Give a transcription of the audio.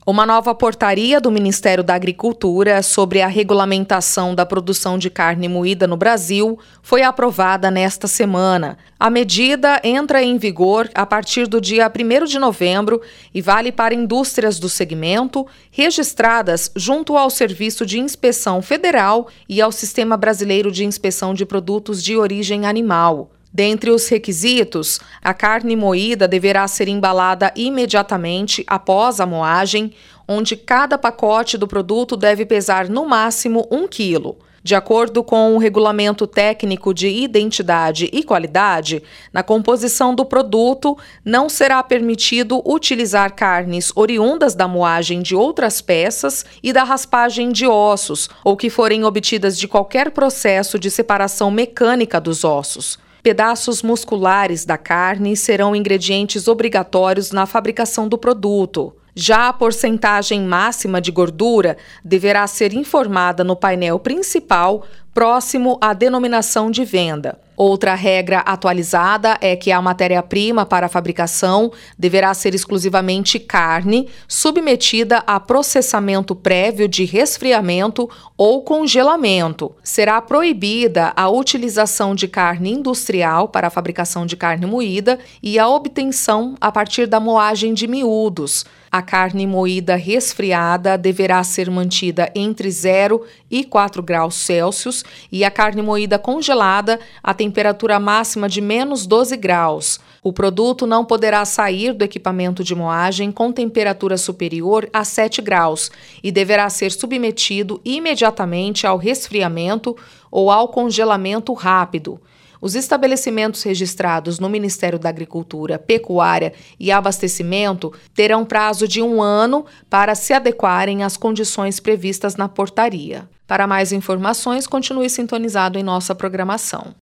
Uma nova portaria do Ministério da Agricultura sobre a regulamentação da produção de carne moída no Brasil foi aprovada nesta semana. A medida entra em vigor a partir do dia 1º de novembro e vale para indústrias do segmento registradas junto ao Serviço de Inspeção Federal e ao Sistema Brasileiro de Inspeção de Produtos de Origem Animal. Dentre os requisitos, a carne moída deverá ser embalada imediatamente após a moagem, onde cada pacote do produto deve pesar no máximo 1 quilo. De acordo com o Regulamento Técnico de Identidade e Qualidade, na composição do produto não será permitido utilizar carnes oriundas da moagem de outras peças e da raspagem de ossos, ou que forem obtidas de qualquer processo de separação mecânica dos ossos. Pedaços musculares da carne serão ingredientes obrigatórios na fabricação do produto. Já a porcentagem máxima de gordura deverá ser informada no painel principal, próximo à denominação de venda. Outra regra atualizada é que a matéria-prima para a fabricação deverá ser exclusivamente carne, submetida a processamento prévio de resfriamento ou congelamento. Será proibida a utilização de carne industrial para a fabricação de carne moída e a obtenção a partir da moagem de miúdos. A carne moída resfriada deverá ser mantida entre 0 e 4 graus Celsius e a carne moída congelada a temperatura máxima de menos 12 graus. O produto não poderá sair do equipamento de moagem com temperatura superior a 7 graus e deverá ser submetido imediatamente ao resfriamento ou ao congelamento rápido. Os estabelecimentos registrados no Ministério da Agricultura, Pecuária e Abastecimento terão prazo de 1 ano para se adequarem às condições previstas na portaria. Para mais informações, continue sintonizado em nossa programação.